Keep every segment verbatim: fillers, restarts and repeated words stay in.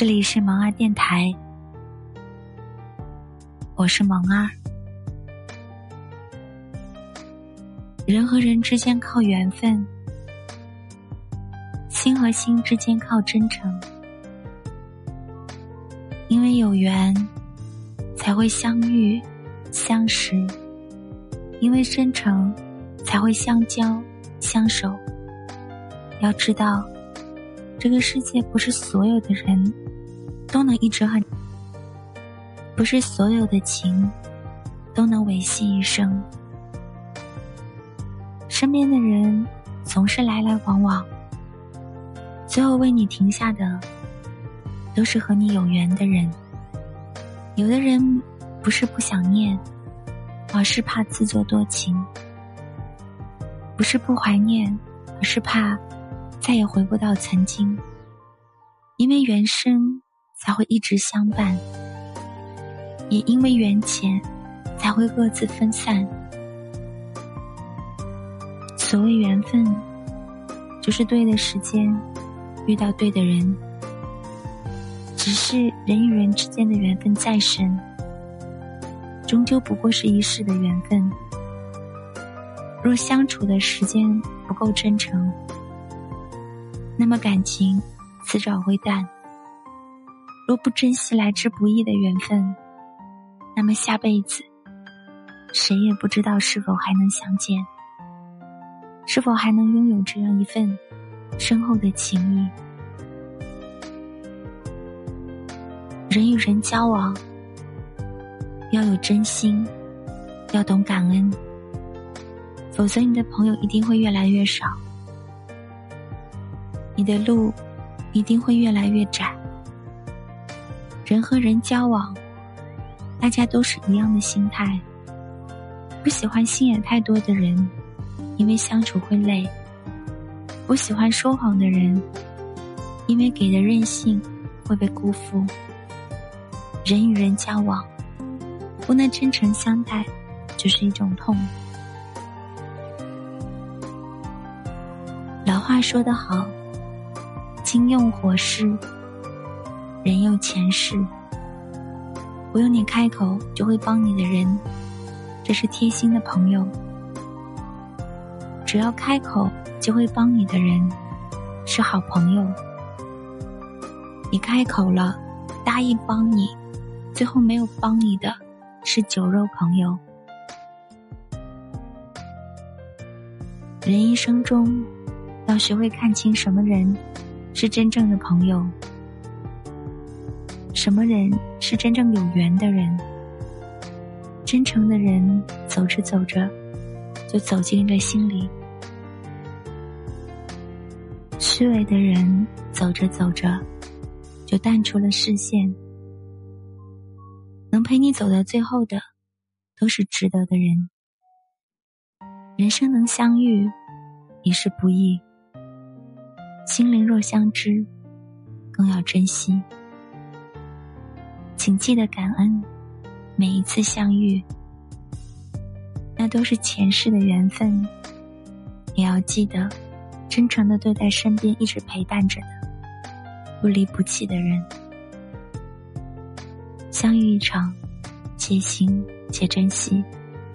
这里是萌儿电台，我是萌儿。人和人之间靠缘分，心和心之间靠真诚。因为有缘，才会相遇相识；因为真诚，才会相交相守。要知道，这个世界不是所有的人都能一直很，不是所有的情都能维系一生。身边的人总是来来往往，最后为你停下的都是和你有缘的人。有的人不是不想念，而是怕自作多情；不是不怀念，而是怕再也回不到曾经。因为缘深才会一直相伴，也因为缘浅才会各自分散。所谓缘分，就是对的时间遇到对的人。只是人与人之间的缘分再深，终究不过是一世的缘分。若相处的时间不够真诚，那么感情迟早会淡。若不珍惜来之不易的缘分，那么下辈子谁也不知道是否还能相见，是否还能拥有这样一份深厚的情谊。人与人交往，要有真心，要懂感恩，否则你的朋友一定会越来越少，你的路一定会越来越窄。人和人交往，大家都是一样的心态，不喜欢心眼太多的人，因为相处会累；不喜欢说谎的人，因为给的任性会被辜负。人与人交往，不能真诚相待，就是一种痛。老话说得好，金用火势，人用钱势。不用你开口就会帮你的人，这是贴心的朋友；只要开口就会帮你的人，是好朋友。你开口了，答应帮你，最后没有帮你的，是酒肉朋友。人一生中，要学会看清什么人是真正的朋友，什么人是真正有缘的人。真诚的人走着走着就走进了心里，虚伪的人走着走着就淡出了视线。能陪你走到最后的，都是值得的人。人生能相遇，已是不易。心灵若相知，更要珍惜。请记得感恩每一次相遇，那都是前世的缘分。也要记得真诚地对待身边一直陪伴着的不离不弃的人。相遇一场，且行且珍惜，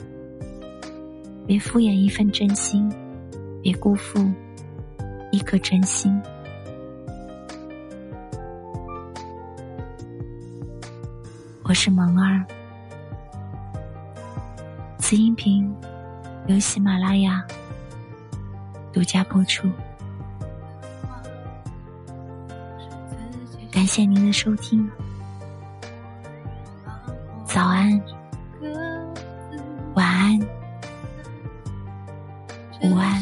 别敷衍一份真心，别辜负一颗真心。我是萌儿，此音频由喜马拉雅独家播出。感谢您的收听，早安，晚安，午安。